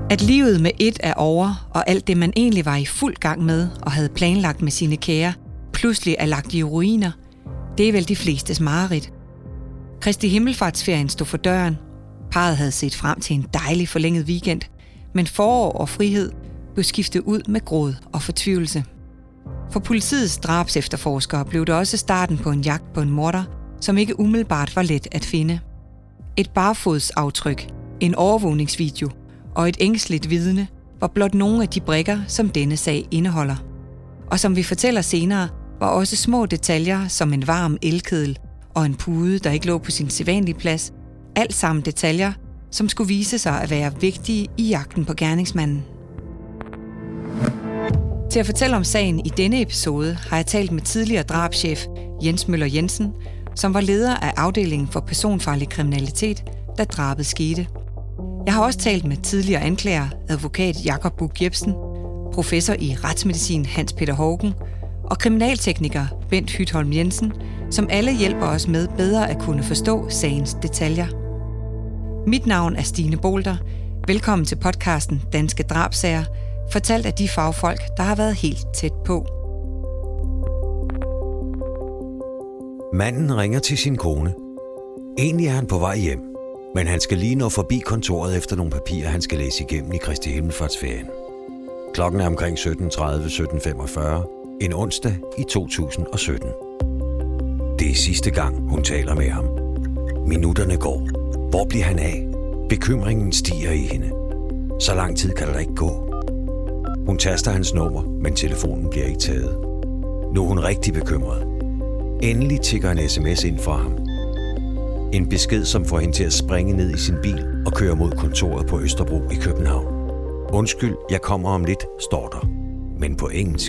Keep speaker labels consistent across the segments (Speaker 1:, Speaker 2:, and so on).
Speaker 1: At livet med et er over, og alt det, man egentlig var i fuld gang med og havde planlagt med sine kære, pludselig er lagt i ruiner, det er vel de flestes mareridt. Kristi himmelfartsferien stod for døren. Parret havde set frem til en dejlig forlænget weekend, men forår og frihed blev skiftet ud med gråd og fortvivlelse. For politiets drabsefterforskere blev det også starten på en jagt på en morder, som ikke umiddelbart var let at finde. Et barfodsaftryk, en overvågningsvideo og et ængsteligt vidne var blot nogle af de brikker, som denne sag indeholder. Og som vi fortæller senere, var også små detaljer som en varm elkedel og en pude, der ikke lå på sin sædvanlige plads, alt sammen detaljer, som skulle vise sig at være vigtige i jagten på gerningsmanden. Til at fortælle om sagen i denne episode har jeg talt med tidligere drabschef Jens Møller Jensen, som var leder af afdelingen for personfarlig kriminalitet, da drabet skete. Jeg har også talt med tidligere anklager, advokat Jakob Buch Jepsen, professor i retsmedicin Hans Peter Haugen og kriminaltekniker Bent Hytholm Jensen, som alle hjælper os med bedre at kunne forstå sagens detaljer. Mit navn er Stine Bolter. Velkommen til podcasten Danske Drabsager, fortalt af de fagfolk, der har været helt tæt på.
Speaker 2: Manden ringer til sin kone. Egentlig er han på vej hjem, men han skal lige nå forbi kontoret efter nogle papirer, han skal læse igennem i Kristi himmelfartsferien. Klokken er omkring 17:30-17:45, en onsdag i 2017. Det er sidste gang, hun taler med ham. Minutterne går. Hvor bliver han af? Bekymringen stiger i hende. Så lang tid kan der ikke gå. Hun taster hans nummer, men telefonen bliver ikke taget. Nu er hun rigtig bekymret. Endelig tikker en sms ind fra ham. En besked, som får hende til at springe ned i sin bil og køre mod kontoret på Østerbro i København. Undskyld, jeg kommer om lidt, står der. Men på engelsk.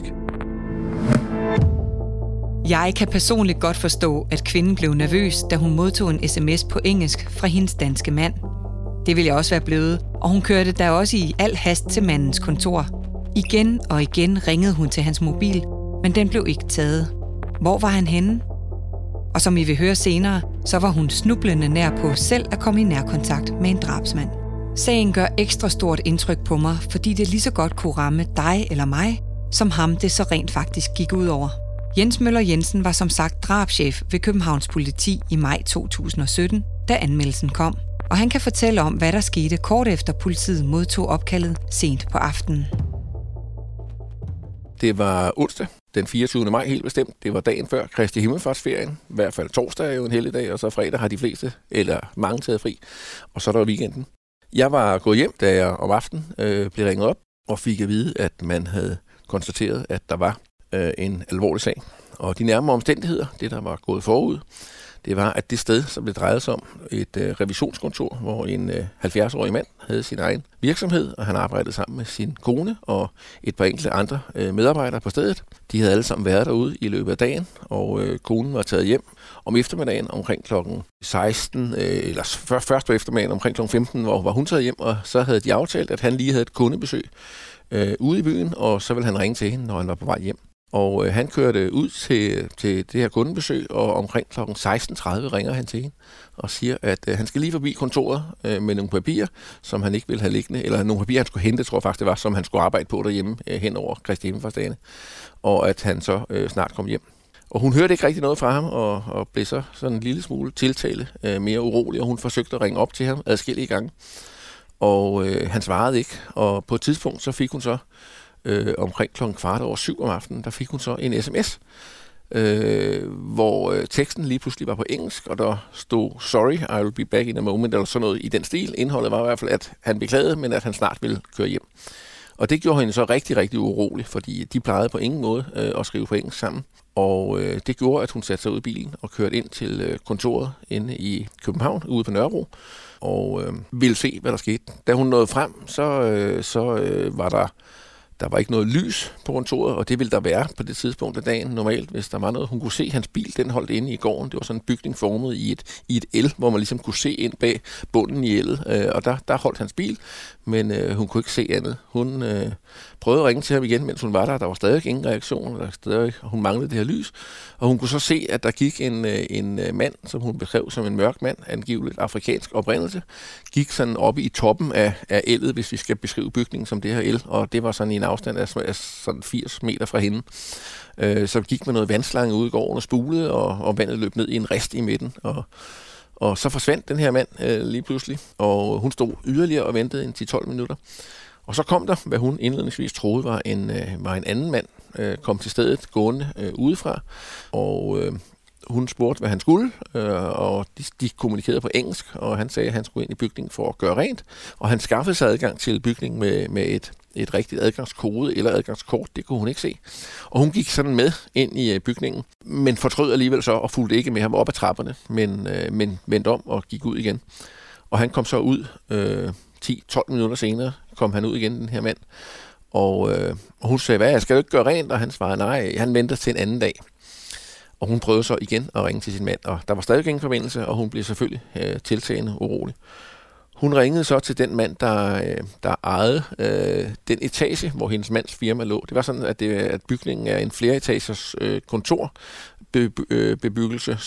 Speaker 1: Jeg kan personligt godt forstå, at kvinden blev nervøs, da hun modtog en sms på engelsk fra hendes danske mand. Det ville jeg også være blevet, og hun kørte da også i al hast til mandens kontor. Igen og igen ringede hun til hans mobil, men den blev ikke taget. Hvor var han henne? Og som I vil høre senere, så var hun snublende nær på selv at komme i nærkontakt med en drabsmand. Sagen gør ekstra stort indtryk på mig, fordi det lige så godt kunne ramme dig eller mig, som ham det så rent faktisk gik ud over. Jens Møller Jensen var som sagt drabschef ved Københavns Politi i maj 2017, da anmeldelsen kom. Og han kan fortælle om, hvad der skete kort efter politiet modtog opkaldet sent på aftenen.
Speaker 3: Det var onsdag, den 24. maj helt bestemt. Det var dagen før Kristi himmelfartsferien. I hvert fald torsdag er jo en helligdag, og så fredag har de fleste, eller mange taget fri. Og så er der weekenden. Jeg var gået hjem, da jeg om aftenen blev ringet op, og fik at vide, at man havde konstateret, at der var en alvorlig sag. Og de nærmere omstændigheder, det der var gået forud, det var, at det sted, som det drejede sig om, et revisionskontor, hvor en 70-årig mand havde sin egen virksomhed, og han arbejdede sammen med sin kone og et par enkelte andre medarbejdere på stedet. De havde alle sammen været derude i løbet af dagen, og konen var taget hjem om eftermiddagen omkring kl. 16, eller først på eftermiddagen omkring kl. 15, hvor var hun taget hjem, og så havde de aftalt, at han lige havde et kundebesøg ude i byen, og så ville han ringe til hende, når han var på vej hjem. Og han kørte ud til det her kundebesøg, og omkring kl. 16:30 ringer han til hende og siger, at han skal lige forbi kontoret med nogle papirer, som han ikke ville have liggende, eller nogle papirer, han skulle hente, tror jeg faktisk det var, som han skulle arbejde på derhjemme hen over Kristi himmelfartsdagene, og at han så snart kom hjem. Og hun hørte ikke rigtig noget fra ham, og blev så sådan en lille smule tiltale mere urolig, og hun forsøgte at ringe op til ham adskillige gange, og han svarede ikke, og på et tidspunkt så fik hun så omkring kl. 6:15 om aftenen, der fik hun så en sms, hvor teksten lige pludselig var på engelsk, og der stod, sorry, I will be back in a moment, eller sådan noget i den stil. Indholdet var i hvert fald, at han beklagede, men at han snart ville køre hjem. Og det gjorde hende så rigtig, rigtig urolig, fordi de plejede på ingen måde at skrive på engelsk sammen. Og det gjorde, at hun satte sig ud i bilen og kørte ind til kontoret inde i København, ude på Nørrebro, og ville se, hvad der skete. Da hun nåede frem, så var der Der var ikke noget lys på kontoret, og det ville der være på det tidspunkt af dagen normalt, hvis der var noget. Hun kunne se, hans bil, den holdt inde i gården. Det var sådan en bygning formet i et el, hvor man ligesom kunne se ind bag bunden i ellet. Og der holdt hans bil, men hun kunne ikke se andet. Hun prøvede at ringe til ham igen, mens hun var der. Der var stadig ingen reaktion, hun manglede det her lys. Og hun kunne så se, at der gik en mand, som hun beskrev som en mørk mand, angiveligt afrikansk oprindelse, gik sådan oppe i toppen af ellet, hvis vi skal beskrive bygningen som det her el, og det var sådan i en afstand af sådan 80 meter fra hende. Så gik med noget vandslange ud i gården og spulede, og vandet løb ned i en rist i midten, og så forsvandt den her mand lige pludselig, og hun stod yderligere og ventede en 10-12 minutter. Og så kom der, hvad hun indledningsvis troede var en anden mand, kom til stedet gående udefra, og hun spurgte, hvad han skulle, og de kommunikerede på engelsk, og han sagde, at han skulle ind i bygningen for at gøre rent, og han skaffede sig adgang til bygningen med et rigtigt adgangskode eller adgangskort, det kunne hun ikke se. Og hun gik sådan med ind i bygningen, men fortrød alligevel så og fulgte ikke med ham op ad trapperne, men vendte om og gik ud igen. Og han kom så ud 10-12 minutter senere, kom han ud igen, den her mand, og hun sagde, hvad, skal du ikke gøre rent? Og han svarede, nej, han venter til en anden dag. Og hun prøvede så igen at ringe til sin mand, og der var stadig ingen forbindelse, og hun blev selvfølgelig tiltagende urolig. Hun ringede så til den mand, der ejede den etage, hvor hendes mands firma lå. Det var sådan, at bygningen er en flereetagers kontorbebyggelse,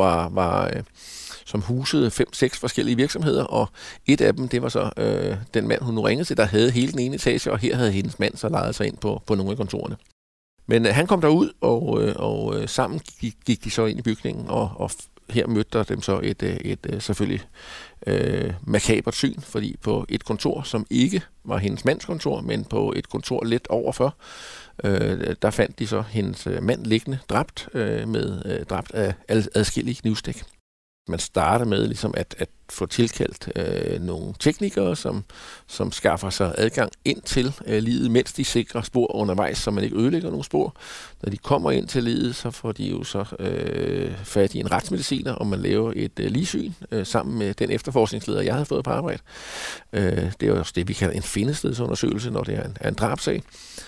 Speaker 3: som husede 5-6 forskellige virksomheder, og et af dem, det var så den mand, hun nu ringede til, der havde hele den ene etage, og her havde hendes mand så lejet sig ind på nogle af kontorerne. Men han kom derud, og sammen gik de så ind i bygningen, og her mødte der dem så et selvfølgelig makabert syn, fordi på et kontor, som ikke var hendes mands kontor, men på et kontor lidt overfor, der fandt de så hendes mand liggende dræbt af adskillige knivstik. Man starter med ligesom at få tilkaldt nogle teknikere, som skaffer sig adgang ind til liget, mens de sikrer spor undervejs, så man ikke ødelægger nogle spor. Når de kommer ind til liget, så får de jo så fat i en retsmediciner, og man laver et ligsyn sammen med den efterforskningsleder, jeg havde fået på arbejde. Det er jo også det, vi kalder en findestedsundersøgelse, når det er en drabsag.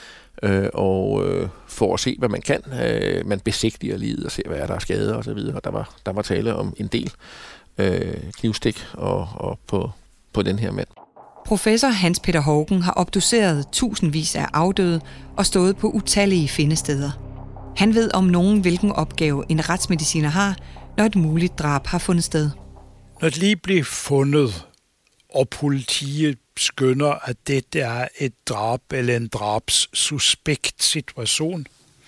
Speaker 3: Og for at se, hvad man kan. Man besigtiger liget og ser, hvad der er skader og så videre. Der var tale om en del knivstik og på den her mand.
Speaker 1: Professor Hans Peter Haugen har obduceret tusindvis af afdøde og stået på utallige findesteder. Han ved om nogen, hvilken opgave en retsmediciner har, når et muligt drab har fundet sted.
Speaker 4: Når det lige bliver fundet, og politiet skønner, at dette er et drab eller en drabssuspekt situation,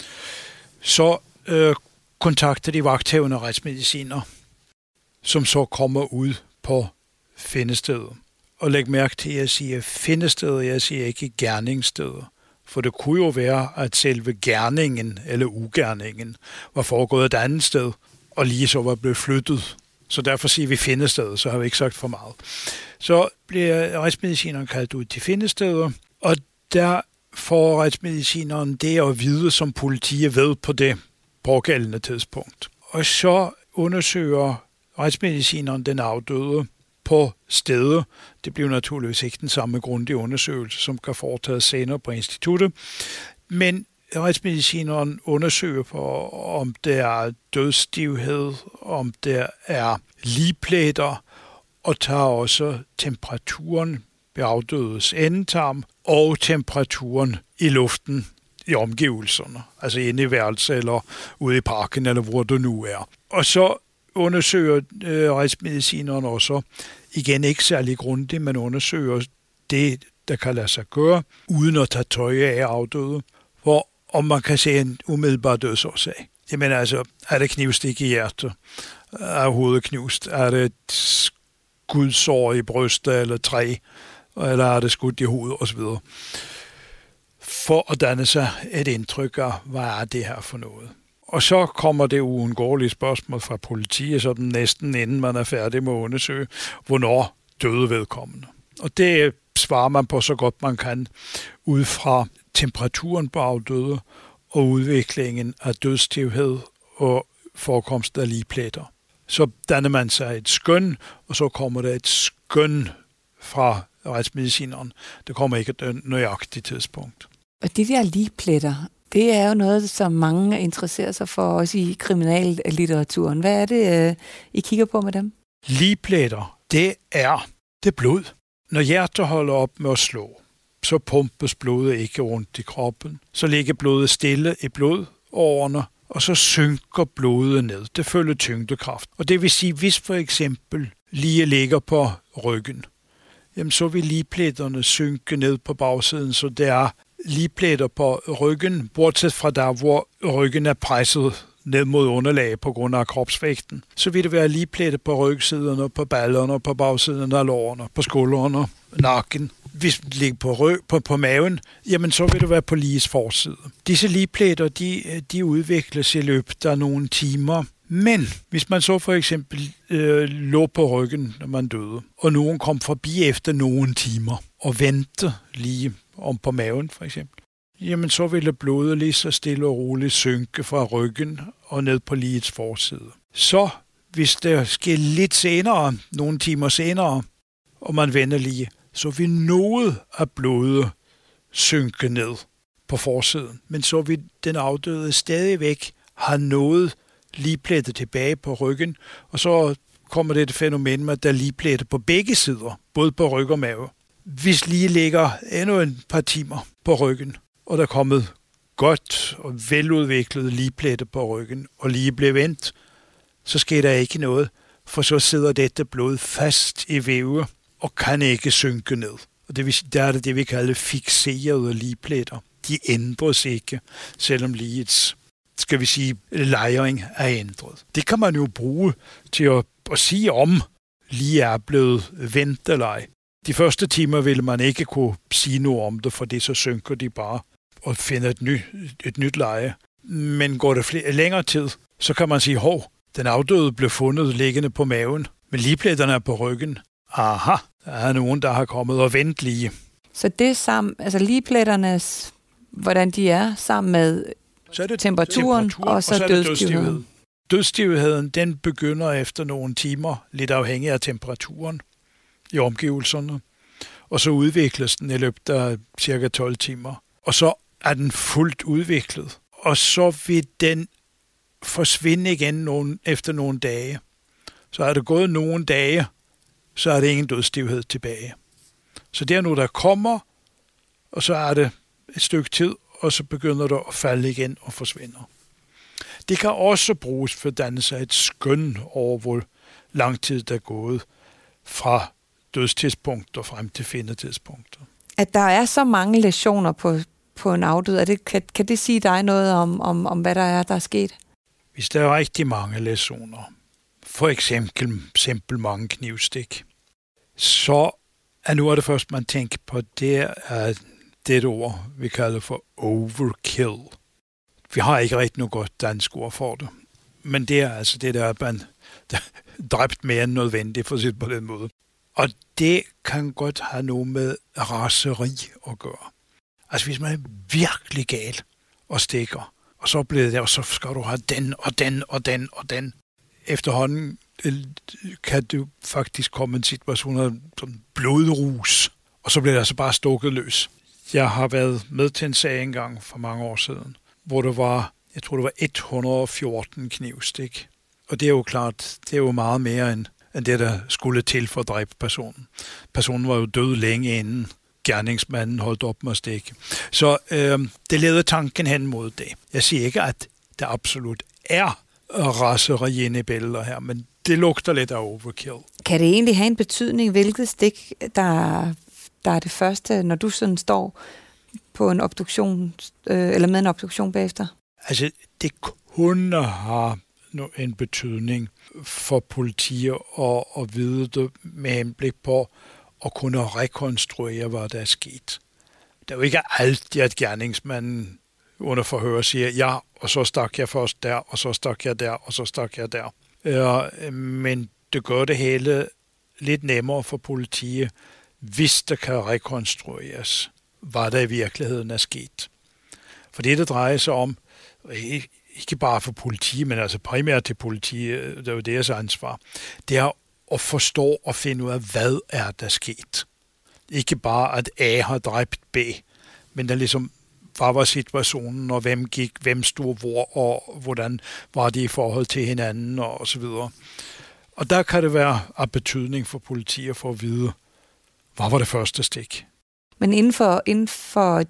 Speaker 4: så kontakter de vagthavende retsmediciner, som så kommer ud på findestedet. Og læg mærke til, at jeg siger findestedet, jeg siger ikke gerningsstedet. For det kunne jo være, at selve gerningen eller ugerningen var foregået et andet sted, og lige så var blevet flyttet. Så derfor siger vi findestedet, så har vi ikke sagt for meget. Så bliver retsmedicineren kaldt ud til findesteder, og der får retsmedicineren det at vide, som politiet ved på det pågældende tidspunkt. Og så undersøger retsmedicineren den afdøde på stedet. Det bliver naturligvis ikke den samme grundige undersøgelse, som kan foretages senere på instituttet, men retsmedicineren undersøger på, om der er dødsstivhed, om der er ligpletter, og tager også temperaturen ved afdødes endetarm og temperaturen i luften i omgivelserne, altså inde i værelset eller ude i parken, eller hvor det nu er. Og så undersøger retsmedicineren også, igen ikke særlig grundigt, men undersøger det, der kan lade sig gøre, uden at tage tøj af afdøde, hvor om man kan se en umiddelbar dødsårsag. Jamen altså, er det knivstik i hjertet? Er hovedet knust? Er det et skudsår i brystet eller træ? Eller er det skudt i hovedet osv.? For at danne sig et indtryk af, hvad er det her for noget? Og så kommer det uundgåelige spørgsmål fra politiet, sådan næsten inden man er færdig med at undersøge, hvornår døde vedkommende. Og det svarer man på så godt man kan ud fra temperaturen på afdøde og udviklingen af dødsstivhed og forekomst af ligpletter. Så danner man sig et skøn, og så kommer der et skøn fra retsmedicineren. Det kommer ikke et nøjagtigt tidspunkt.
Speaker 1: Og de der ligpletter, det er jo noget, som mange interesserer sig for, også i kriminallitteraturen. Hvad er det, I kigger på med dem?
Speaker 4: Ligpletter, det er blod. Når hjertet holder op med at slå, så pumpes blodet ikke rundt i kroppen. Så ligger blodet stille i blodårerne, og så synker blodet ned. Det følger tyngdekraft. Og det vil sige, hvis for eksempel lige ligger på ryggen, jamen så vil ligpletterne synke ned på bagsiden, så det er ligpletter på ryggen, bortset fra der, hvor ryggen er presset ned mod underlag på grund af kropsvægten. Så vil det være ligpletter på rygsiderne, på ballerne, på bagsiden af lårene, på skuldrene, nakken. Hvis det ligger på maven, jamen så vil det være på liges forside. Disse ligpletter, de udvikles i løbet af nogle timer. Men hvis man så for eksempel lå på ryggen, når man døde, og nogen kom forbi efter nogle timer og ventede lige om på maven for eksempel, jamen så ville blodet lige så stille og roligt synke fra ryggen og ned på ligets forside. Så hvis det sker lidt senere, nogle timer senere, og man vender lige, så vil noget af blodet synke ned på forsiden. Men så vil den afdøde stadigvæk have noget ligpletter tilbage på ryggen, og så kommer det fænomen med, at der er ligpletter på begge sider, både på ryg og mave. Hvis lige ligger endnu et par timer på ryggen, og der er kommet godt og veludviklet ligpletter på ryggen, og lige bliver vendt, så sker der ikke noget, for så sidder dette blod fast i vævet og kan ikke synke ned. Og der er det, vi kalder fikserede ligpletter. De ændres ikke, selvom ligets, skal vi sige, lejring er ændret. Det kan man jo bruge til at sige om lige er blevet vendt eller ej. De første timer ville man ikke kunne sige noget om det, for det så synker de bare og finder et nyt leje. Men går det længere tid, så kan man sige, den afdøde blev fundet liggende på maven, men ligpletterne er på ryggen. Aha, der er nogen, der har kommet og vendt lige.
Speaker 1: Så det sammen, altså ligpletternes, hvordan de er, sammen med så er det temperaturen og så dødsstivheden.
Speaker 4: Dødsstivheden, den begynder efter nogle timer, lidt afhængig af temperaturen i omgivelserne, og så udvikles den i løbet af cirka 12 timer. Og så er den fuldt udviklet, og så vil den forsvinde igen efter nogle dage. Så er det gået nogle dage, så er det ingen dødsstivhed tilbage. Så det er noget, der kommer, og så er det et stykke tid, og så begynder det at falde igen og forsvinder. Det kan også bruges for at danne sig et skøn over, hvor lang tid der er gået fra dødstidspunkter frem til findetidspunkter.
Speaker 1: At der er så mange læsioner på en afdød, kan det sige dig noget om hvad der er sket?
Speaker 4: Hvis der er rigtig mange læsioner, for eksempel mange knivstik, så er noget af det første, man tænker på, det er det ord, vi kalder for overkill. Vi har ikke rigtig noget godt dansk ord for det. Men det er altså det, der er man dræbt mere end nødvendigt, for at sige på den måde. Og det kan godt have noget med raseri at gøre. Altså hvis man er virkelig gal og stikker, og så bliver det, og så skal du have den og den og den og den. Efterhånden kan du faktisk komme en situation som blodrus, og så bliver det altså bare stukket løs. Jeg har været med til en sag engang for mange år siden, hvor der var, jeg tror det var 114 knivstik. Og det er jo klart, det er jo meget mere end det, der skulle til for at dræbe personen. Personen var jo død længe inden gerningsmanden holdt op med at stikke. Så det leder tanken hen mod det. Jeg siger ikke, at der absolut er raseri inde i billeder her, men det lugter lidt af overkill.
Speaker 1: Kan det egentlig have en betydning, hvilket stik, der er det første, når du sådan står på en obduktion, eller med en obduktion bagefter?
Speaker 4: Altså, det kunne have en betydning for politiet at vide det med henblik på at kunne rekonstruere, hvad der er sket. Det er jo ikke altid, at gerningsmanden under forhør siger, ja, og så stak jeg først der, og så stak jeg der, og så stak jeg der. Men det gør det hele lidt nemmere for politiet, hvis der kan rekonstrueres, hvad der i virkeligheden er sket. For det drejer sig om, ikke bare for politiet, men altså primært til politiet, det er jo deres ansvar, det er at forstå og finde ud af, hvad er der sket. Ikke bare, at A har dræbt B, men der ligesom, hvad var situationen, og hvem stod hvor, og hvordan var det i forhold til hinanden, og så videre. Og der kan det være af betydning for politiet for at vide, hvad var det første stik.
Speaker 1: Men inden for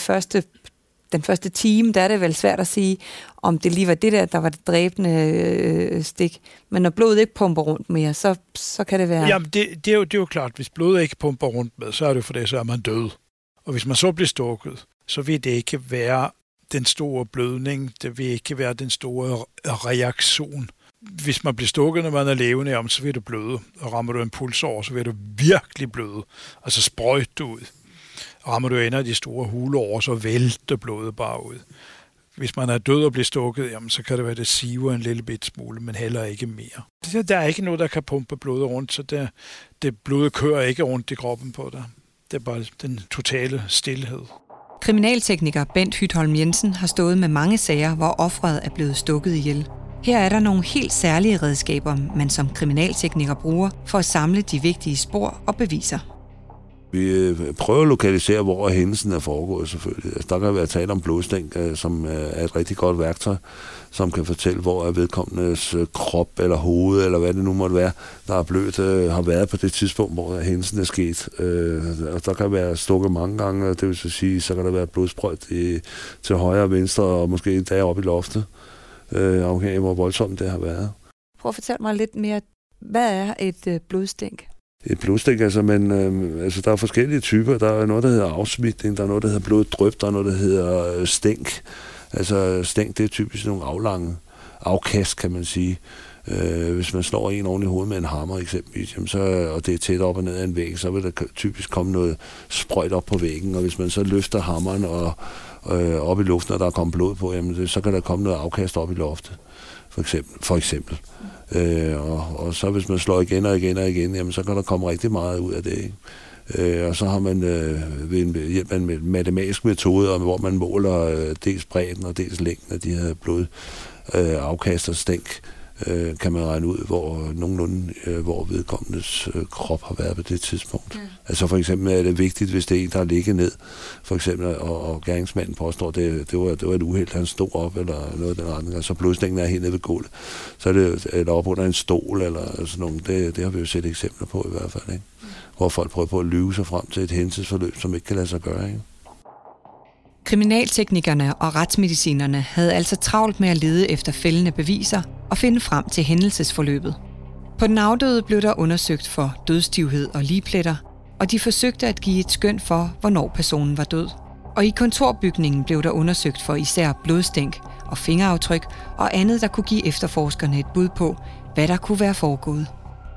Speaker 1: den første time, der er det vel svært at sige, om det lige var det der var det dræbende stik. Men når blodet ikke pumper rundt mere, så kan det være...
Speaker 4: Jamen, det er jo klart, hvis blodet ikke pumper rundt med, så er det for det, så er man død. Og hvis man så bliver stukket, så vil det ikke være den store blødning, det vil ikke være den store reaktion. Hvis man bliver stukket, når man er levende, så vil du bløde. Og rammer du en pulsår, så vil du virkelig bløde. Altså sprøjte ud. Rammer du en af de store hulår, så vælter blodet bare ud. Hvis man er død og bliver stukket, så kan det være, det siver en lille bit smule, men heller ikke mere. Der er ikke noget, der kan pumpe blodet rundt, så det blodet kører ikke rundt i kroppen på dig. Det er bare den totale stilhed.
Speaker 1: Kriminaltekniker Bent Hytholm Jensen har stået med mange sager, hvor offeret er blevet stukket ihjel. Her er der nogle helt særlige redskaber, man som kriminaltekniker bruger for at samle de vigtige spor og beviser.
Speaker 5: Vi prøver at lokalisere, hvor hændelsen er foregået selvfølgelig. Altså, der kan være tale om blodstænk, som er et rigtig godt værktøj, som kan fortælle, hvor vedkommendes krop eller hoved, eller hvad det nu måtte være, der er blødt, har været på det tidspunkt, hvor hændelsen er sket. Og der kan være stukket mange gange, det vil sige, så kan der være blodsprøjt til højre og venstre, og måske en dag op i loftet, afhængig af, hvor voldsomt det har været.
Speaker 1: Prøv at fortælle mig lidt mere, hvad er et blodstænk?
Speaker 5: Et blodstik, altså der er forskellige typer. Der er noget, der hedder afsmitning, der er noget, der hedder bloddryp, der er noget, der hedder stænk. Altså stænk, det er typisk nogle aflange afkast, kan man sige. Hvis man slår en oven i hovedet med en hammer eksempelvis, og det er tæt op og ned af en væg, så vil der typisk komme noget sprøjt op på væggen, og hvis man så løfter hammeren og op i luften, og der er kommet blod på, så kan der komme noget afkast op i loftet, for eksempel. Og så hvis man slår igen og igen, så kan der komme rigtig meget ud af det. Ikke? Og så har man ved hjælp af en matematisk metode, hvor man måler dels bredden og dels længden af de her blod afkast og stænk, kan man regne ud, hvor vedkommendes krop har været på det tidspunkt. Altså for eksempel er det vigtigt, hvis det er en, der ligger ned, for eksempel, og gerningsmanden påstår, det var et uheld, han stod op, eller noget af den retning, og så blodstænken er helt nede ved gulvet. Så er det op under en stol, eller sådan noget. Det har vi jo set eksempler på i hvert fald, ikke? Hvor folk prøver på at lyve sig frem til et hændelsesforløb, som ikke kan lade sig gøre, ikke?
Speaker 1: Kriminalteknikerne og retsmedicinerne havde altså travlt med at lede efter fældende beviser og finde frem til hændelsesforløbet. På den afdøde blev der undersøgt for dødsstivhed og ligpletter, og de forsøgte at give et skøn for, hvornår personen var død. Og i kontorbygningen blev der undersøgt for især blodstænk og fingeraftryk og andet, der kunne give efterforskerne et bud på, hvad der kunne være foregået.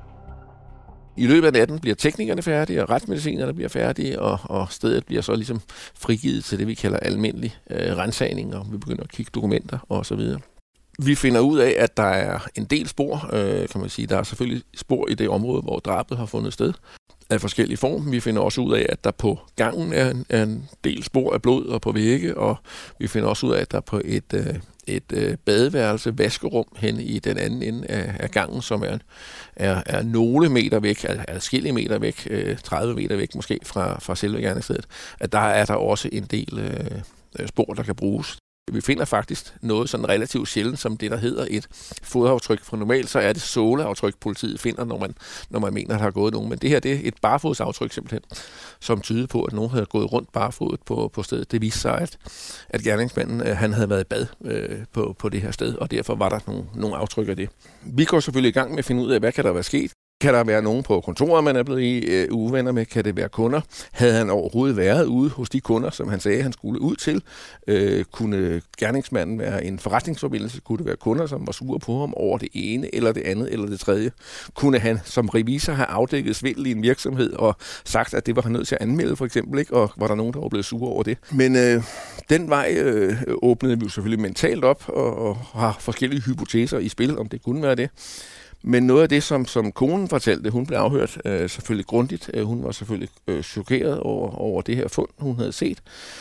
Speaker 3: I løbet af natten bliver teknikerne færdige, og retsmedicinerne bliver færdige, og stedet bliver så ligesom frigivet til det, vi kalder almindelig ransagning, og vi begynder at kigge dokumenter osv. Vi finder ud af, at der er en del spor, kan man sige. Der er selvfølgelig spor i det område, hvor drabet har fundet sted af forskellige form. Vi finder også ud af, at der på gangen er en del spor af blod og på vægge, og vi finder også ud af, at der på et badeværelse, vaskerum hen i den anden ende af gangen, som er nogle meter væk, altså adskillige meter væk, 30 meter væk måske fra selve gerningsstedet, at der er der også en del spor, der kan bruges. Vi finder faktisk noget sådan relativt sjældent, som det, der hedder et fodaftryk. For normalt så er det såleaftryk, politiet finder, når man mener, at der har gået nogen. Men det her, det er et barefodsaftryk simpelthen, som tyder på, at nogen havde gået rundt barefodet på stedet. Det viste sig, at gerningsmanden han havde været i bad på det her sted, og derfor var der nogle aftryk af det. Vi går selvfølgelig i gang med at finde ud af, hvad kan der være sket. Kan der være nogen på kontoret, man er blevet uvenner med? Kan det være kunder? Havde han overhovedet været ude hos de kunder, som han sagde, han skulle ud til? Kunne gerningsmanden være en forretningsforbindelse? Kunne det være kunder, som var sure på ham over det ene, eller det andet, eller det tredje? Kunne han som revisor have afdækket svindel i en virksomhed og sagt, at det var han nødt til at anmelde, for eksempel, ikke? Og var der nogen, der var blevet sure over det? Men den vej åbnede vi jo selvfølgelig mentalt op og har forskellige hypoteser i spil, om det kunne være det. Men noget af det, som konen fortalte, hun blev afhørt selvfølgelig grundigt. Hun var selvfølgelig chokeret over det her fund, hun havde set,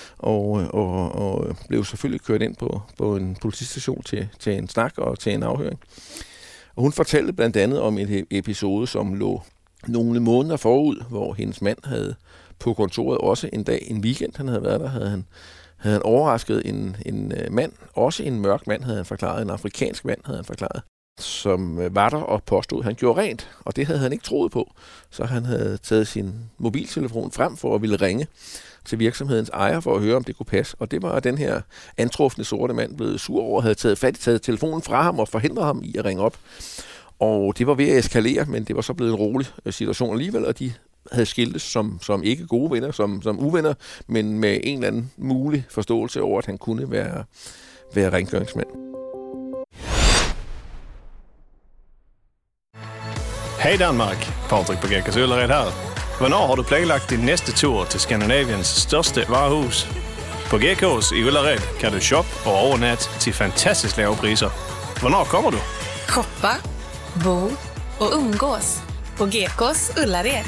Speaker 3: og blev selvfølgelig kørt ind på en politistation til en snak og til en afhøring. Og hun fortalte blandt andet om et episode, som lå nogle måneder forud, hvor hendes mand havde på kontoret også en dag, en weekend, han havde været der, havde han havde han overrasket en mand, også en mørk mand havde han forklaret, en afrikansk mand havde han forklaret, som var der og påstod, at han gjorde rent, og det havde han ikke troet på. Så han havde taget sin mobiltelefon frem for at ville ringe til virksomhedens ejer for at høre, om det kunne passe. Og det var den her antrufne sorte mand blevet sur over, havde taget telefonen fra ham og forhindret ham i at ringe op. Og det var ved at eskalere, men det var så blevet en rolig situation alligevel, og de havde skiltes som ikke gode venner, som uvenner, men med en eller anden mulig forståelse over, at han kunne være rengøringsmand.
Speaker 6: Hej Danmark, Patrick på Gekkas Øllered her. Hvornår har du planlagt din næste tur til Skandinaviens største varehus? På Gekkas i Øllered kan du shoppe og overnatte til fantastisk lave priser. Hvornår kommer du?
Speaker 7: Shoppa, bo och umgås på Gekås Ullared.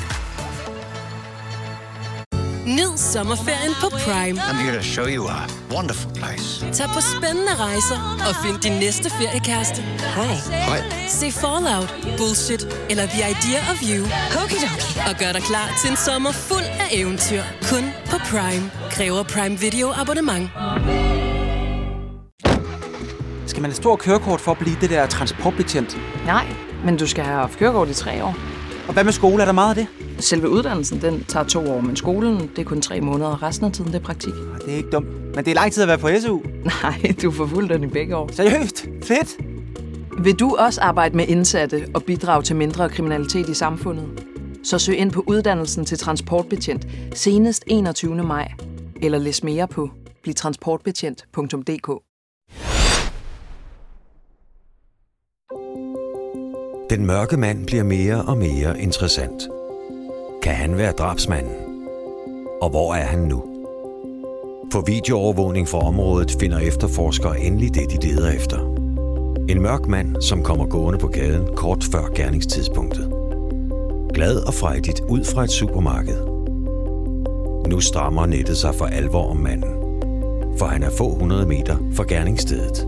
Speaker 8: Nyd sommerferien på Prime.
Speaker 9: I'm here to show you a wonderful place.
Speaker 8: Tag på spændende rejser og find din næste feriekæreste.
Speaker 9: Hej.
Speaker 8: Se Fallout, Bullshit eller The Idea of You. Og gør dig klar til en sommer fuld af eventyr. Kun på Prime. Kræver Prime Video abonnement.
Speaker 10: Skal man have stor kørekort for at blive det der transportbetjent?
Speaker 11: Nej, men du skal have haft kørekort i 3 år.
Speaker 10: Og hvad med skole? Er der meget af det?
Speaker 11: Selve uddannelsen, den tager 2 år, men skolen, det er kun 3 måneder, og resten af tiden, det er praktik.
Speaker 10: Det er ikke dumt. Men det er lang tid at være på SU.
Speaker 11: Nej, du får fuld den i begge år.
Speaker 10: Seriøst? Fedt!
Speaker 11: Vil du også arbejde med indsatte og bidrage til mindre kriminalitet i samfundet? Så søg ind på uddannelsen til transportbetjent senest 21. maj. Eller læs mere på blivtransportbetjent.dk.
Speaker 2: Den mørke mand bliver mere og mere interessant. Kan han være drabsmanden? Og hvor er han nu? På videoovervågning fra området finder efterforskere endelig det, de leder efter. En mørk mand, som kommer gående på gaden kort før gerningstidspunktet. Glad og frejdigt ud fra et supermarked. Nu strammer nettet sig for alvor om manden. For han er få 100 meter fra gerningsstedet.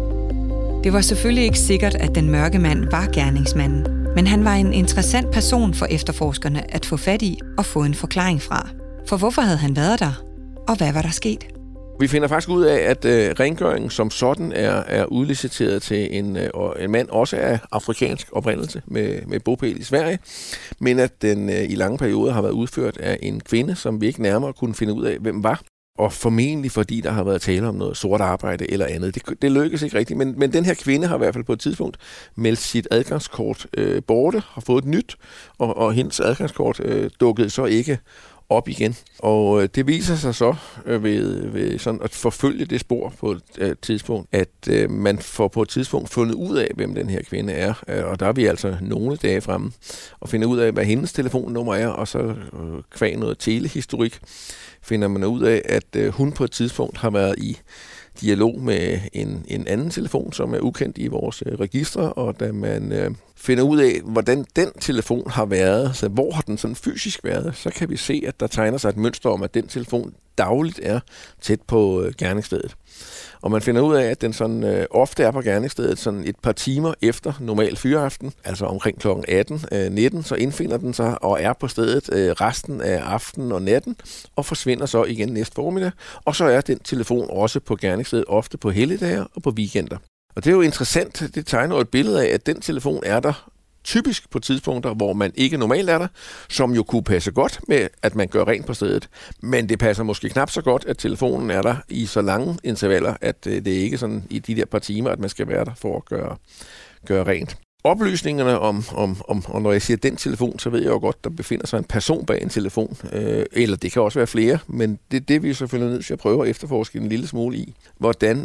Speaker 1: Det var selvfølgelig ikke sikkert, at den mørke mand var gerningsmanden, men han var en interessant person for efterforskerne at få fat i og få en forklaring fra. For hvorfor havde han været der, og hvad var der sket?
Speaker 3: Vi finder faktisk ud af, at rengøringen som sådan er udliciteret til en mand, også af afrikansk oprindelse med bopæl i Sverige, men at den i lange perioder har været udført af en kvinde, som vi ikke nærmere kunne finde ud af, hvem var. Og formentlig fordi der har været tale om noget sort arbejde eller andet. Det lykkes ikke rigtigt, men den her kvinde har i hvert fald på et tidspunkt meldt sit adgangskort borte, har fået et nyt, og hendes adgangskort dukkede så ikke op igen. Og det viser sig så ved sådan at forfølge det spor på et tidspunkt, at man får på et tidspunkt fundet ud af, hvem den her kvinde er. Og der er vi altså nogle dage fremme og finder ud af, hvad hendes telefonnummer er, og så kvæg noget telehistorik finder man ud af, at hun på et tidspunkt har været i dialog med en anden telefon, som er ukendt i vores registre, og da man finder ud af, hvordan den telefon har været, så hvor har den sådan fysisk været, så kan vi se, at der tegner sig et mønster om, at den telefon dagligt er tæt på gerningsstedet. Og man finder ud af, at den sådan ofte er på gerningsstedet sådan et par timer efter normal fyreaften, altså omkring kl. 18-19, så indfinder den sig og er på stedet resten af aftenen og natten, og forsvinder så igen næste formiddag. Og så er den telefon også på gerningsstedet, ofte på helligdage og på weekender. Og det er jo interessant, det tegner et billede af, at den telefon er der typisk på tidspunkter, hvor man ikke normalt er der, som jo kunne passe godt med, at man gør rent på stedet. Men det passer måske knap så godt, at telefonen er der i så lange intervaller, at det er ikke sådan i de der par timer, at man skal være der for at gøre rent. Oplysningerne og når jeg siger den telefon, så ved jeg jo godt, der befinder sig en person bag en telefon. Eller det kan også være flere, men det er vi selvfølgelig nødt til at prøve at efterforske en lille smule i, hvordan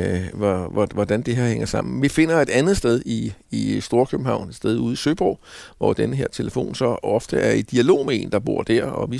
Speaker 3: det her hænger sammen. Vi finder et andet sted i Storkøbenhavn, et sted ude i Søborg, hvor den her telefon så ofte er i dialog med en, der bor der, og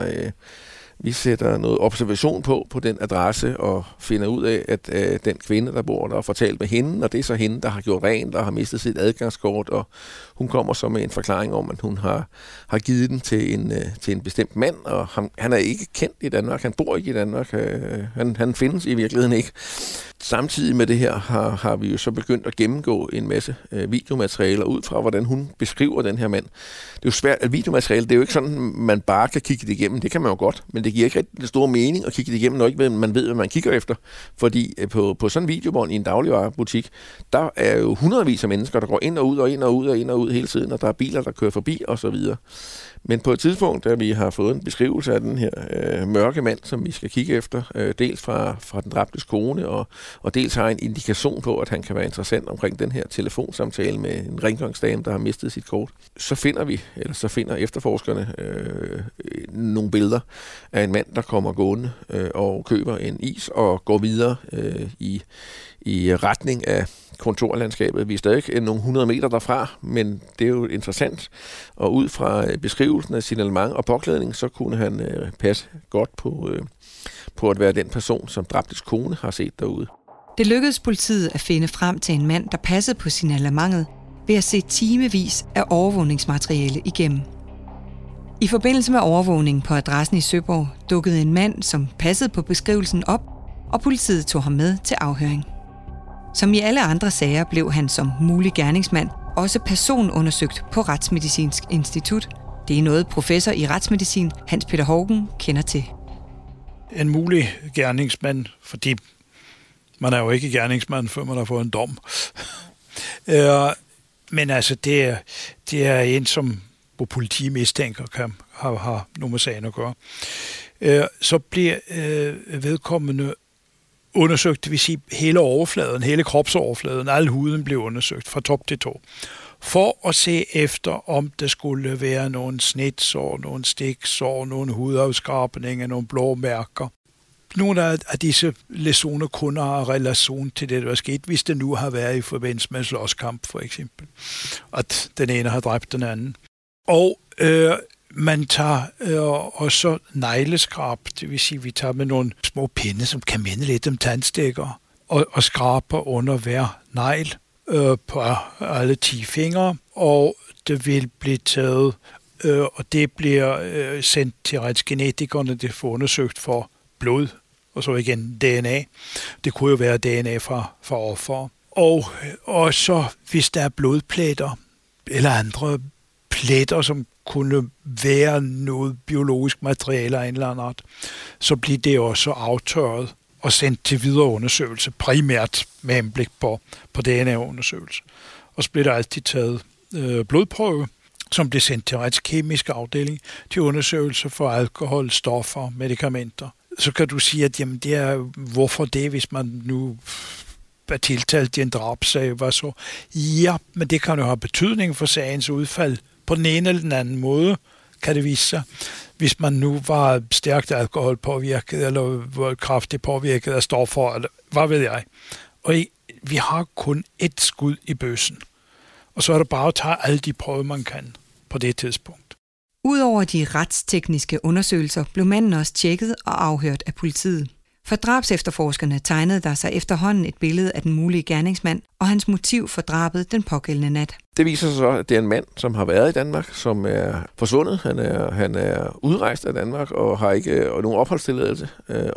Speaker 3: vi sætter noget observation på den adresse og finder ud af, at den kvinde, der bor der, har fortalt med hende, og det er så hende, der har gjort rent og har mistet sit adgangskort, og Hun kommer så med en forklaring om, at hun har givet den til en bestemt mand, og han er ikke kendt i Danmark, han bor ikke i Danmark, han findes i virkeligheden ikke. Samtidig med det her har vi jo så begyndt at gennemgå en masse videomaterialer ud fra, hvordan hun beskriver den her mand. Det er jo svært, at videomateriale, det er jo ikke sådan, man bare kan kigge det igennem. Det kan man jo godt, men det giver ikke rigtig stor mening at kigge det igennem, når ikke man ved, hvad man kigger efter. Fordi på sådan en videobånd i en dagligvarebutik, der er jo hundredvis af mennesker, der går ind og ud og ind og ud og ind og ud hele tiden, og der er biler, der kører forbi osv. Men på et tidspunkt, da vi har fået en beskrivelse af den her mørke mand, som vi skal kigge efter, dels fra den dræbtes kone, og dels har en indikation på, at han kan være interessant omkring den her telefonsamtale med en rengøringsdame, der har mistet sit kort, så finder efterforskerne nogle billeder af en mand, der kommer gående og køber en is og går videre i retning af kontorlandskabet. Vi er stadig nogle 100 meter derfra, men det er jo interessant. Og ud fra beskrivelsen af signalement og påklædning, så kunne han passe godt på at være den person, som dræbtes kone har set derude.
Speaker 1: Det lykkedes politiet at finde frem til en mand, der passede på signalementet ved at se timevis af overvågningsmateriale igennem. I forbindelse med overvågningen på adressen i Søborg dukkede en mand, som passede på beskrivelsen op, og politiet tog ham med til afhøring. Som i alle andre sager blev han som mulig gerningsmand også personundersøgt på Retsmedicinsk Institut. Det er noget professor i retsmedicin, Hans Peter Haugen, kender til.
Speaker 4: En mulig gerningsmand, fordi man er jo ikke gerningsmand, før man har fået en dom. Men altså, det er en, som hvor politiet mistænker kan have noget med sagen at gøre. Så bliver vedkommende undersøgt, det vil sige hele overfladen, hele kropsoverfladen, al huden blev undersøgt fra top til tå, for at se efter, om der skulle være nogle snitsår, nogle stiksår, nogle hudafskrabninger, nogle blå mærker. Nogle af disse læsioner kunne have relation til det, der var sket, hvis det nu har været i forbindelse med en slåskamp, for eksempel. At den ene har dræbt den anden. Og man tager også negleskrab, det vil sige, vi tager med nogle små pinde, som kan minde lidt om tandstikker, og skraber under hver negl på alle 10 fingre, og det vil blive taget, og det bliver sendt til retsgenetikerne, det får undersøgt for blod, og så igen DNA. Det kunne jo være DNA fra offer. Og så hvis der er blodpletter eller andre pletter, som kunne være noget biologisk materiale af en eller anden art, så bliver det også aftørret og sendt til videre undersøgelse, primært med henblik på DNA-undersøgelse. Og så bliver der altid taget blodprøve, som bliver sendt til retskemisk afdeling til undersøgelse for alkohol, stoffer, medicamenter. Så kan du sige, at jamen, det er, hvorfor det, hvis man nu er tiltalt i en drabsag, var så. Ja, men det kan jo have betydning for sagens udfald. På den ene eller den anden måde kan det vise sig. Hvis man nu var stærkt alkoholpåvirket, eller var kraftigt påvirket af stoffer, eller hvad ved jeg. Og vi har kun ét skud i bøssen. Og så er det bare at tage alle de prøver, man kan på det tidspunkt.
Speaker 1: Udover de retstekniske undersøgelser blev manden også tjekket og afhørt af politiet. For drabsefterforskerne tegnede der sig efterhånden et billede af den mulige gerningsmand og hans motiv for drabet den pågældende nat.
Speaker 3: Det viser sig så, at det er en mand, som har været i Danmark, som er forsvundet. Han er udrejst af Danmark og har ikke nogen opholdstilladelse,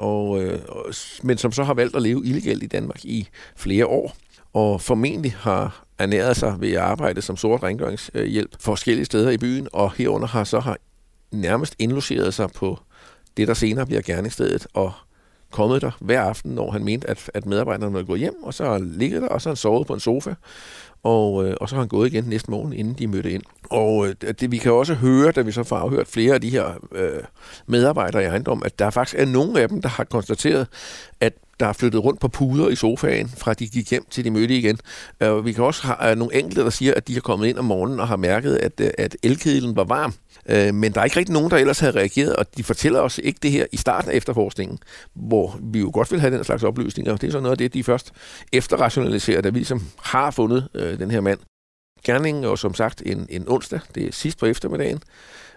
Speaker 3: men som så har valgt at leve illegalt i Danmark i flere år. Og formentlig har ernæret sig ved at arbejde som sort rengøringshjælp forskellige steder i byen, og herunder har nærmest indlogeret sig på det, der senere bliver gerningsstedet, og kommet der hver aften, når han mente, at medarbejderne ville gå hjem, og så har han ligget der, og så har han sovet på en sofa, og så har han gået igen næste morgen, inden de mødte ind. Og vi kan også høre, da vi så får afhørt flere af de her medarbejdere i ejendommen, at der faktisk er nogle af dem, der har konstateret, at der er flyttet rundt på puder i sofaen, fra de gik hjem til de mødte igen. Vi kan også have nogle enkelte, der siger, at de har kommet ind om morgenen og har mærket, at elkedlen var varm. Men der er ikke rigtig nogen, der ellers havde reageret, og de fortæller os ikke det her i starten af efterforskningen, hvor vi jo godt vil have den slags oplysninger. Det er så noget af det, de først efterrationaliserer, da vi ligesom har fundet den her mand. Gerningen er jo som sagt en onsdag, det er sidst på eftermiddagen.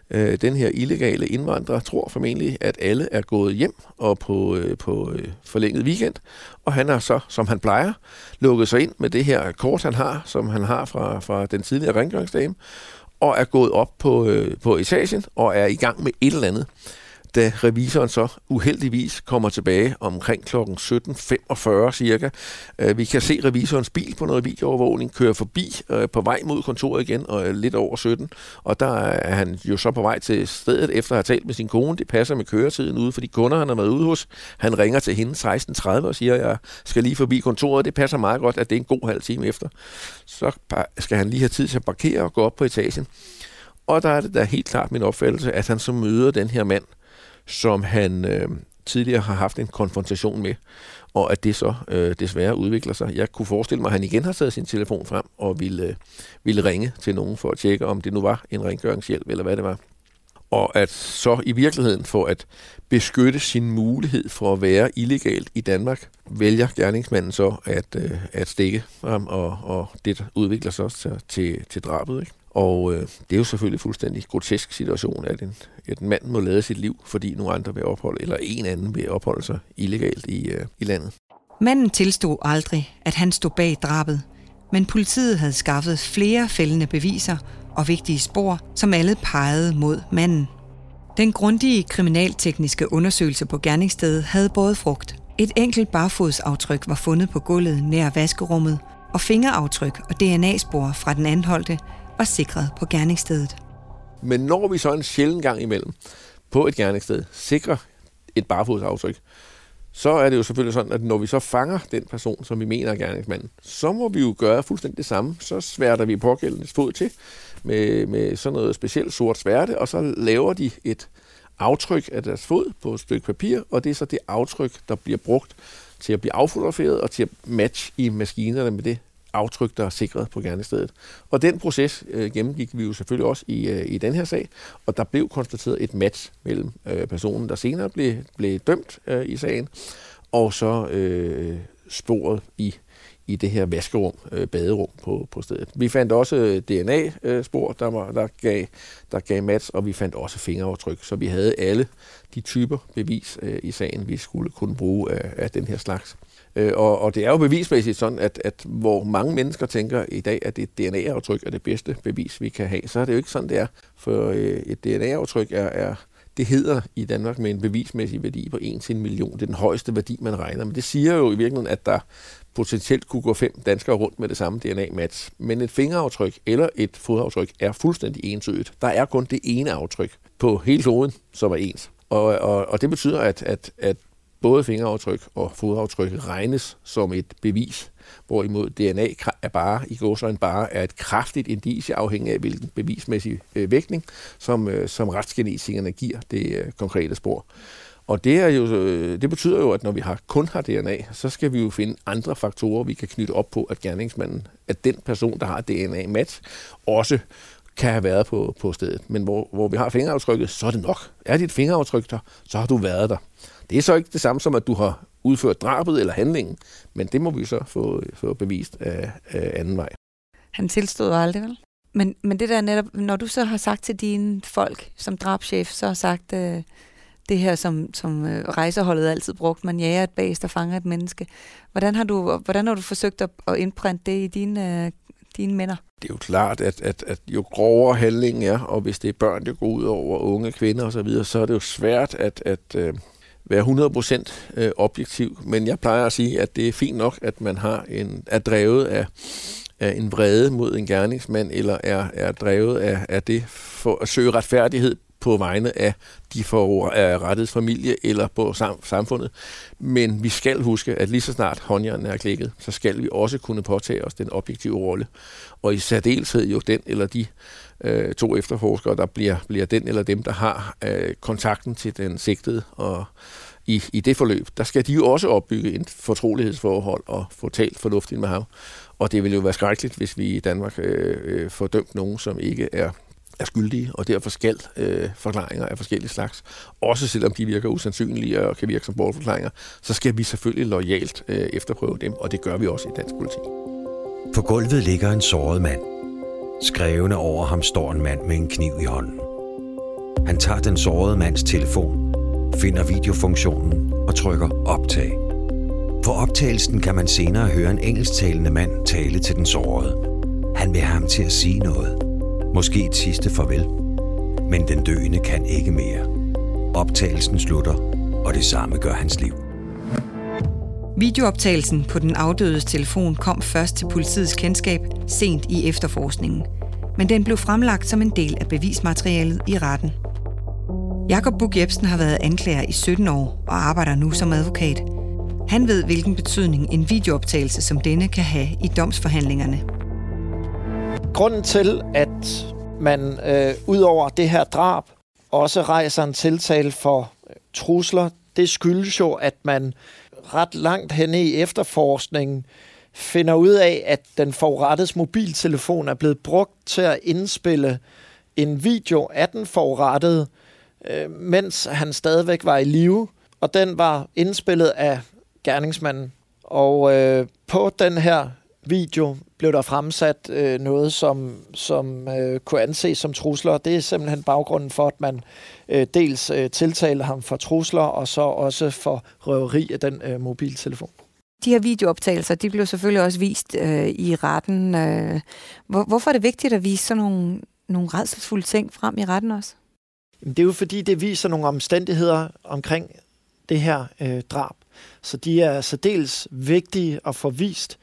Speaker 3: Den her illegale indvandrer tror formentlig, at alle er gået hjem og på forlænget weekend, og han har så, som han plejer, lukket sig ind med det her kort, han har, som han har fra den tidligere rengøringsdame, og er gået op på etagen og er i gang med et eller andet, da revisoren så uheldigvis kommer tilbage omkring kl. 17.45 cirka. Vi kan se revisorens bil på noget videoovervågning køre forbi på vej mod kontoret igen, og lidt over 17. Og der er han jo så på vej til stedet efter at have talt med sin kone. Det passer med køretiden ude for de kunder, han har været ude hos. Han ringer til hende 16.30 og siger, at jeg skal lige forbi kontoret. Det passer meget godt, at det er en god halv time efter. Så skal han lige have tid til at parkere og gå op på etagen. Og der er det da helt klart min opfattelse, at han så møder den her mand, som han tidligere har haft en konfrontation med, og at det så desværre udvikler sig. Jeg kunne forestille mig, at han igen har taget sin telefon frem og ville ringe til nogen for at tjekke, om det nu var en rengøringshjælp eller hvad det var. Og at så i virkeligheden for at beskytte sin mulighed for at være illegalt i Danmark, vælger gerningsmanden så at stikke ham, og det udvikler sig også til drabet, ikke? Og det er jo selvfølgelig en fuldstændig grotesk situation, at en mand må lade sit liv, fordi nogle andre vil opholde, eller en anden vil opholde sig illegalt i landet.
Speaker 1: Manden tilstod aldrig, at han stod bag drabet, men politiet havde skaffet flere fældende beviser og vigtige spor, som alle pegede mod manden. Den grundige kriminaltekniske undersøgelse på gerningsstedet havde båret frugt. Et enkelt barfodsaftryk var fundet på gulvet nær vaskerummet, og fingeraftryk og DNA-spor fra den anholdte var sikret på gerningsstedet.
Speaker 3: Men når vi så en sjælden gang imellem på et gerningssted sikrer et barfodsaftryk, så er det jo selvfølgelig sådan, at når vi så fanger den person, som vi mener er gerningsmanden, så må vi jo gøre fuldstændig det samme. Så sværter vi pågældendes fod til med sådan noget specielt sort sværte, og så laver de et aftryk af deres fod på et stykke papir, og det er så det aftryk, der bliver brugt til at blive affotograferet og til at matche i maskinerne med det aftryk, der er sikret på gerningsstedet. Og den proces gennemgik vi jo selvfølgelig også i den her sag, og der blev konstateret et match mellem personen, der senere blev dømt i sagen, og så sporet i det her vaskerum, baderum på stedet. Vi fandt også DNA-spor, der gav match, og vi fandt også fingeraftryk, så vi havde alle de typer bevis i sagen, vi skulle kunne bruge af den her slags. Og det er jo bevismæssigt sådan, at hvor mange mennesker tænker i dag, at et DNA-aftryk er det bedste bevis, vi kan have, så er det jo ikke sådan, det er. For et DNA-aftryk det hedder i Danmark med en bevismæssig værdi på 1 til 1 million. Det er den højeste værdi, man regner. Men det siger jo i virkeligheden, at der potentielt kunne gå 5 danskere rundt med det samme DNA-match. Men et fingeraftryk eller et fodaftryk er fuldstændig entydigt. Der er kun det ene aftryk på hele kloden, som er ens. Og det betyder, at både fingeraftryk og fodaftryk regnes som et bevis, hvorimod DNA er et kraftigt indicie afhængig af, hvilken bevismæssig vægtning, som retsgenetikerne giver det konkrete spor. Og det betyder jo, at når vi kun har DNA, så skal vi jo finde andre faktorer, vi kan knytte op på, at gerningsmanden, at den person, der har DNA-match, også kan have været på stedet. Men hvor vi har fingeraftrykket, så er det nok. Er dit fingeraftryk der, så har du været der. Det er så ikke det samme som, at du har udført drabet eller handlingen, men det må vi så få bevist af anden vej.
Speaker 12: Han tilstod aldrig, vel? Men det der netop, når du så har sagt til dine folk som drabschef, så har sagt det her, som rejseholdet altid brugt, man jager et bæst og fanger et menneske. Hvordan har du forsøgt at indprinte det i dine minder?
Speaker 3: Det er jo klart, at jo grovere handlingen er, og hvis det er børn, der går ud over unge kvinder osv., så er det jo svært at være 100% objektiv. Men jeg plejer at sige, at det er fint nok, at man er drevet af en vrede mod en gerningsmand, eller er drevet af det for at søge retfærdighed på vegne af de forurettede familie eller på samfundet. Men vi skal huske, at lige så snart håndjernen er klikket, så skal vi også kunne påtage os den objektive rolle. Og i særdeleshed jo den eller de 2 efterforskere, der bliver den eller dem, der har kontakten til den sigtede. Og i det forløb, der skal de jo også opbygge et fortrolighedsforhold og få talt fornuftigt med ham. Og det vil jo være skrækkeligt, hvis vi i Danmark får dømt nogen, som ikke er skyldige, og derfor skal forklaringer af forskellige slags, også selvom de virker usandsynlige og kan virke som bortforklaringer, så skal vi selvfølgelig loyalt efterprøve dem, og det gør vi også i dansk politi.
Speaker 2: På gulvet ligger en såret mand. Skrevne over ham står en mand med en kniv i hånden. Han tager den sårede mands telefon, finder videofunktionen og trykker optag. På optagelsen kan man senere høre en engelsktalende mand tale til den sårede. Han vil have ham til at sige noget. Måske et sidste farvel. Men den døende kan ikke mere. Optagelsen slutter, og det samme gør hans liv.
Speaker 1: Videooptagelsen på den afdødes telefon kom først til politiets kendskab sent i efterforskningen. Men den blev fremlagt som en del af bevismaterialet i retten. Jakob Buch Jepsen har været anklager i 17 år og arbejder nu som advokat. Han ved, hvilken betydning en videooptagelse som denne kan have i domsforhandlingerne.
Speaker 13: Grunden til, at man ud over det her drab også rejser en tiltale for trusler, det skyldes jo, at man ret langt henne i efterforskningen finder ud af, at den forurettedes mobiltelefon er blevet brugt til at indspille en video af den forurettede, mens han stadigvæk var i live, og den var indspillet af gerningsmanden. Og på den her video blev der fremsat noget, som kunne anses som trusler. Det er simpelthen baggrunden for, at man dels tiltaler ham for trusler, og så også for røveri af den mobiltelefon.
Speaker 12: De her videooptagelser, de blev selvfølgelig også vist i retten. Hvorfor er det vigtigt at vise sådan nogle rædselsfulde ting frem i retten også?
Speaker 13: Det er jo fordi, det viser nogle omstændigheder omkring det her drab. Så de er særdeles vigtige at få vist.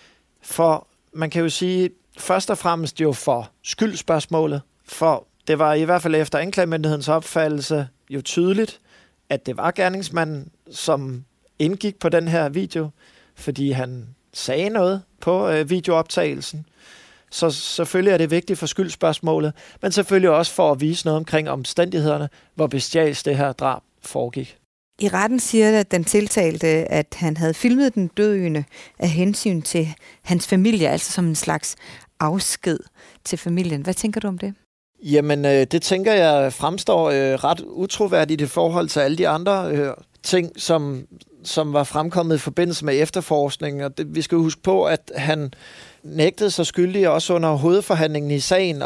Speaker 13: For man kan jo sige, først og fremmest jo for skyldspørgsmålet. For det var i hvert fald efter anklagemyndighedens opfattelse jo tydeligt, at det var gerningsmanden, som indgik på den her video, fordi han sagde noget på videooptagelsen. Så selvfølgelig er det vigtigt for skyldspørgsmålet, men selvfølgelig også for at vise noget omkring omstændighederne, hvor bestialsk det her drab foregik.
Speaker 12: I retten siger den tiltalte, at han havde filmet den døende af hensyn til hans familie, altså som en slags afsked til familien. Hvad tænker du om det?
Speaker 13: Jamen, det tænker jeg fremstår ret utroværdigt i forhold til alle de andre ting, som var fremkommet i forbindelse med efterforskningen. Og vi skal huske på, at han nægtede sig skyldig også under hovedforhandlingen i sagen,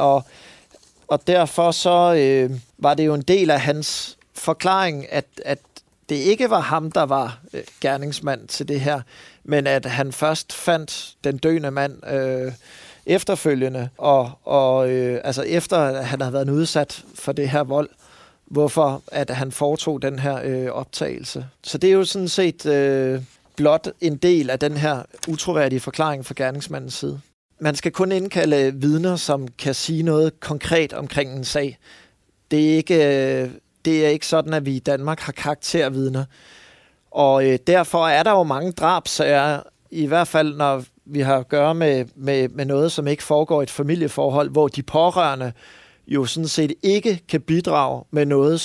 Speaker 13: og derfor så var det jo en del af hans forklaring, at det ikke var ham, der var gerningsmand til det her, men at han først fandt den døende mand efterfølgende, altså efter at han havde været udsat for det her vold, hvorfor at han foretog den her optagelse. Så det er jo sådan set blot en del af den her utroværdige forklaring fra gerningsmandens side. Man skal kun indkalde vidner, som kan sige noget konkret omkring en sag. Det er ikke sådan, at vi i Danmark har karaktervidner. Og derfor er der jo mange drabsager, i hvert fald når vi har at gøre med noget, som ikke foregår i et familieforhold, hvor de pårørende jo sådan set ikke kan bidrage med noget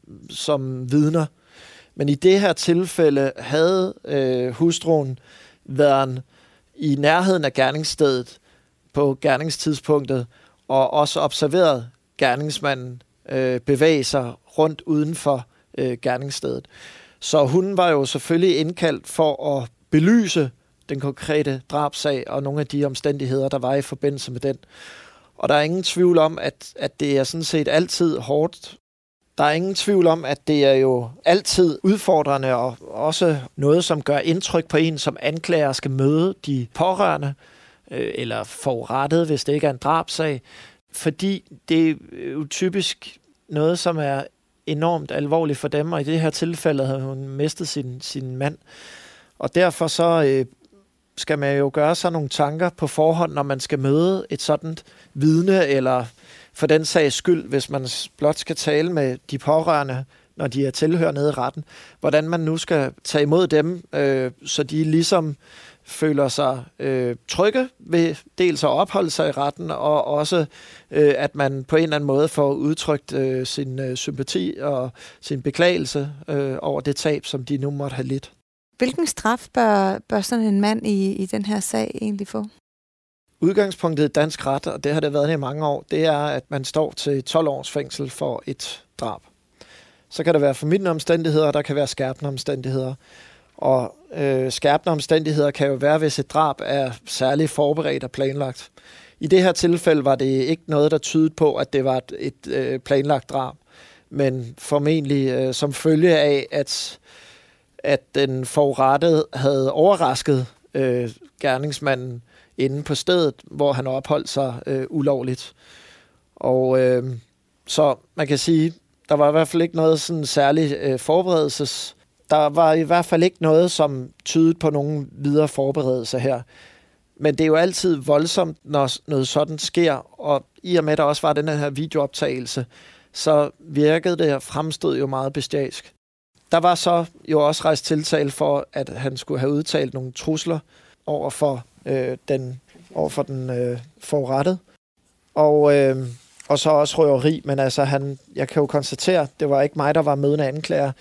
Speaker 13: som vidner. Men i det her tilfælde havde hustruen været i nærheden af gerningsstedet på gerningstidspunktet, og også observeret gerningsmanden bevæge sig rundt uden for gerningsstedet. Så hun var jo selvfølgelig indkaldt for at belyse den konkrete drabsag og nogle af de omstændigheder, der var i forbindelse med den. Og der er ingen tvivl om, at det er sådan set altid hårdt. Der er ingen tvivl om, at det er jo altid udfordrende og også noget, som gør indtryk på en, som anklager skal møde de pårørende eller forurettede, hvis det ikke er en drabsag. Fordi det er jo typisk noget, som er enormt alvorligt for dem, og i det her tilfælde havde hun mistet sin mand. Og derfor så skal man jo gøre sig nogle tanker på forhånd, når man skal møde et sådan vidne, eller for den sags skyld, hvis man blot skal tale med de pårørende, når de er tilhører nede i retten, hvordan man nu skal tage imod dem, så de ligesom føler sig trygge ved dels at opholde sig i retten, og også at man på en eller anden måde får udtrykt sin sympati og sin beklagelse over det tab, som de nu måtte have lidt.
Speaker 12: Hvilken straf bør sådan en mand i den her sag egentlig få?
Speaker 13: Udgangspunktet i dansk ret, og det har det været i mange år, det er, at man står til 12 års fængsel for et drab. Så kan der være formildende omstændigheder, og der kan være skærpende omstændigheder. Og skærpende omstændigheder kan jo være, hvis et drab er særligt forberedt og planlagt. I det her tilfælde var det ikke noget, der tydede på, at det var et planlagt drab. men formentlig som følge af, at den forurettede havde overrasket gerningsmanden inde på stedet, hvor han opholdt sig ulovligt. Og så man kan sige, der var i hvert fald ikke noget sådan særlig forberedelses. Der var i hvert fald ikke noget, som tydede på nogen videre forberedelse her. Men det er jo altid voldsomt, når noget sådan sker, og i og med, der også var den her videooptagelse, så virkede det og fremstod jo meget bestialsk. Der var så jo også rejst tiltale for, at han skulle have udtalt nogle trusler over for den forurettede. Og så også røveri, men altså jeg kan jo konstatere, det var ikke mig, der var mødende anklager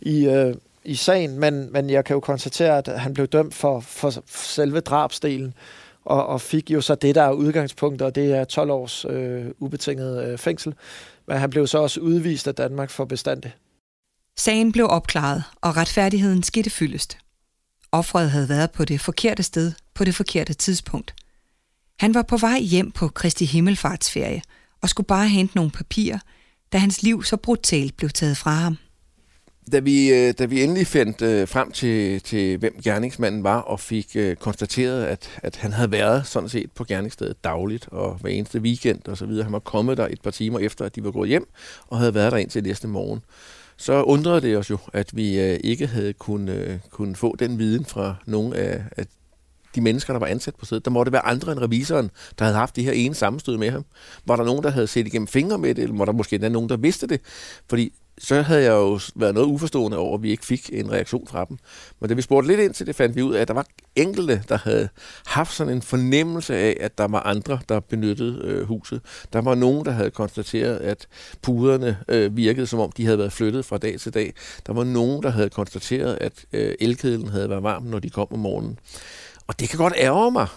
Speaker 13: i sagen, men jeg kan jo konstatere, at han blev dømt for selve drabsdelen, og fik jo så det, der er udgangspunktet, og det er 12 års ubetinget fængsel. Men han blev så også udvist af Danmark for bestandig.
Speaker 1: Sagen blev opklaret, og retfærdigheden skete fyldest. Offeret havde været på det forkerte sted på det forkerte tidspunkt. Han var på vej hjem på Kristi Himmelfartsferie og skulle bare hente nogle papirer, da hans liv så brutalt blev taget fra ham.
Speaker 3: Da vi endelig fandt frem til hvem gerningsmanden var, og fik konstateret, at han havde været sådan set på gerningsstedet dagligt, og hver eneste weekend og så videre, han var kommet der et par timer efter, at de var gået hjem, og havde været der indtil næste morgen, så undrede det os jo, at vi ikke havde kunne få den viden fra nogle af de mennesker, der var ansat på stedet. Der måtte være andre end revisoren, der havde haft det her ene sammenstød med ham. Var der nogen, der havde set igennem fingre med det, eller var der måske nogen, der vidste det? Fordi så havde jeg jo været noget uforstående over, at vi ikke fik en reaktion fra dem. Men da vi spurgte lidt ind til det, fandt vi ud af, at der var enkelte, der havde haft sådan en fornemmelse af, at der var andre, der benyttede huset. Der var nogen, der havde konstateret, at puderne virkede, som om de havde været flyttet fra dag til dag. Der var nogen, der havde konstateret, at elkedlen havde været varm, når de kom om morgenen. Og det kan godt ærge mig,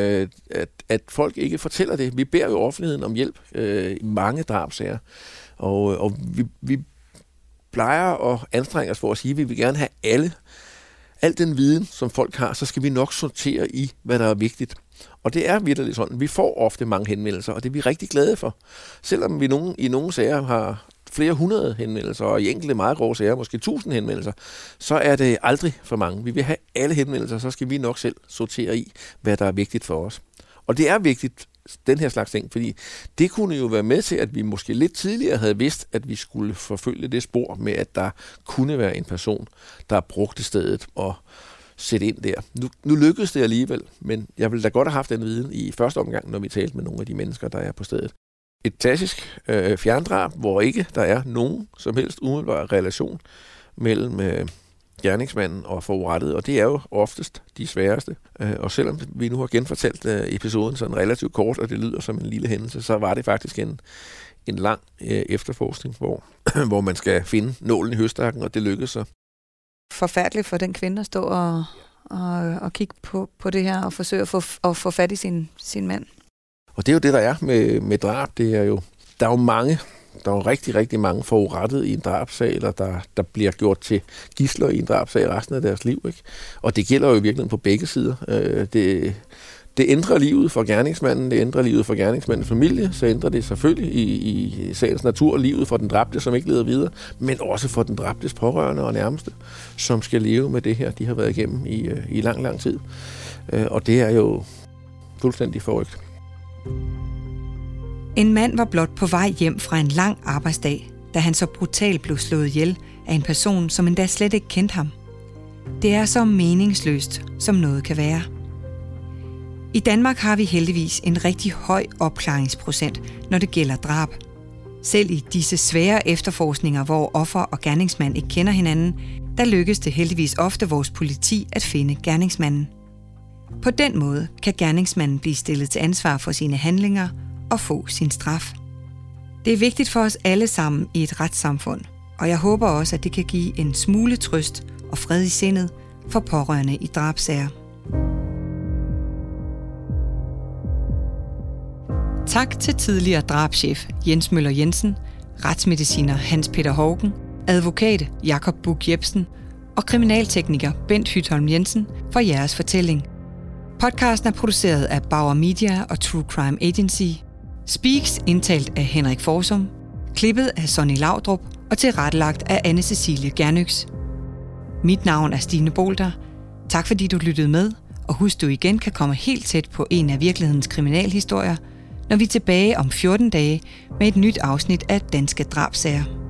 Speaker 3: at folk ikke fortæller det. Vi beder jo offentligheden om hjælp i mange drabsager. Og vi plejer at anstrenge os for at sige, at vi vil gerne have al den viden, som folk har, så skal vi nok sortere i, hvad der er vigtigt. Og det er virkelig sådan. Vi får ofte mange henvendelser, og det er vi rigtig glade for. Selvom vi i nogle sager har flere hundrede henvendelser, og i enkelte meget grove sager, måske 1000 henvendelser, så er det aldrig for mange. Vi vil have alle henvendelser, så skal vi nok selv sortere i, hvad der er vigtigt for os. Og det er vigtigt, den her slags ting, fordi det kunne jo være med til, at vi måske lidt tidligere havde vidst, at vi skulle forfølge det spor med, at der kunne være en person, der brugte stedet og sætte ind der. Nu lykkedes det alligevel, men jeg ville da godt have haft den viden i første omgang, når vi talte med nogle af de mennesker, der er på stedet. Et klassisk fjerndrab, hvor ikke der er nogen som helst umiddelbar relation mellem gerningsmanden og forurettede, og det er jo oftest de sværeste. Og selvom vi nu har genfortalt episoden sådan relativt kort, og det lyder som en lille hændelse, så var det faktisk en lang efterforskning, hvor man skal finde nålen i høstakken, og det lykkedes så.
Speaker 12: Forfærdeligt for den kvinde at stå og kigge på det her og forsøge at få fat i sin mand.
Speaker 3: Og det er jo det, der er med drab. Det er jo, der er jo mange, der er jo rigtig, rigtig mange forurettede i en drabsag, eller der bliver gjort til gidsler i en drabsag resten af deres liv, ikke? Og det gælder jo i virkeligheden på begge sider. Det ændrer livet for gerningsmanden, det ændrer livet for gerningsmandens familie, så ændrer det selvfølgelig i sagens natur livet for den dræbte, som ikke leder videre, men også for den dræbtes pårørende og nærmeste, som skal leve med det her, de har været igennem i lang, lang tid. Og det er jo fuldstændig forrygt.
Speaker 1: En mand var blot på vej hjem fra en lang arbejdsdag, da han så brutalt blev slået ihjel af en person, som endda slet ikke kendte ham. Det er så meningsløst, som noget kan være. I Danmark har vi heldigvis en rigtig høj opklaringsprocent, når det gælder drab. Selv i disse svære efterforskninger, hvor offer og gerningsmand ikke kender hinanden, der lykkes det heldigvis ofte vores politi at finde gerningsmanden. På den måde kan gerningsmanden blive stillet til ansvar for sine handlinger og få sin straf. Det er vigtigt for os alle sammen i et retssamfund, og jeg håber også, at det kan give en smule trøst og fred i sindet for pårørende i drabsager. Tak til tidligere drabschef Jens Møller Jensen, retsmediciner Hans Peter Haugen, advokat Jakob Buch Jebsen og kriminaltekniker Bent Hytholm Jensen for jeres fortælling. Podcasten er produceret af Bauer Media og True Crime Agency. Speaks indtalt af Henrik Forsum. Klippet af Sonny Laudrup og tilrettelagt af Anne Cecilie Gernøks. Mit navn er Stine Bolter. Tak fordi du lyttede med, og husk du igen kan komme helt tæt på en af virkelighedens kriminalhistorier, når vi er tilbage om 14 dage med et nyt afsnit af Danske Drabsager.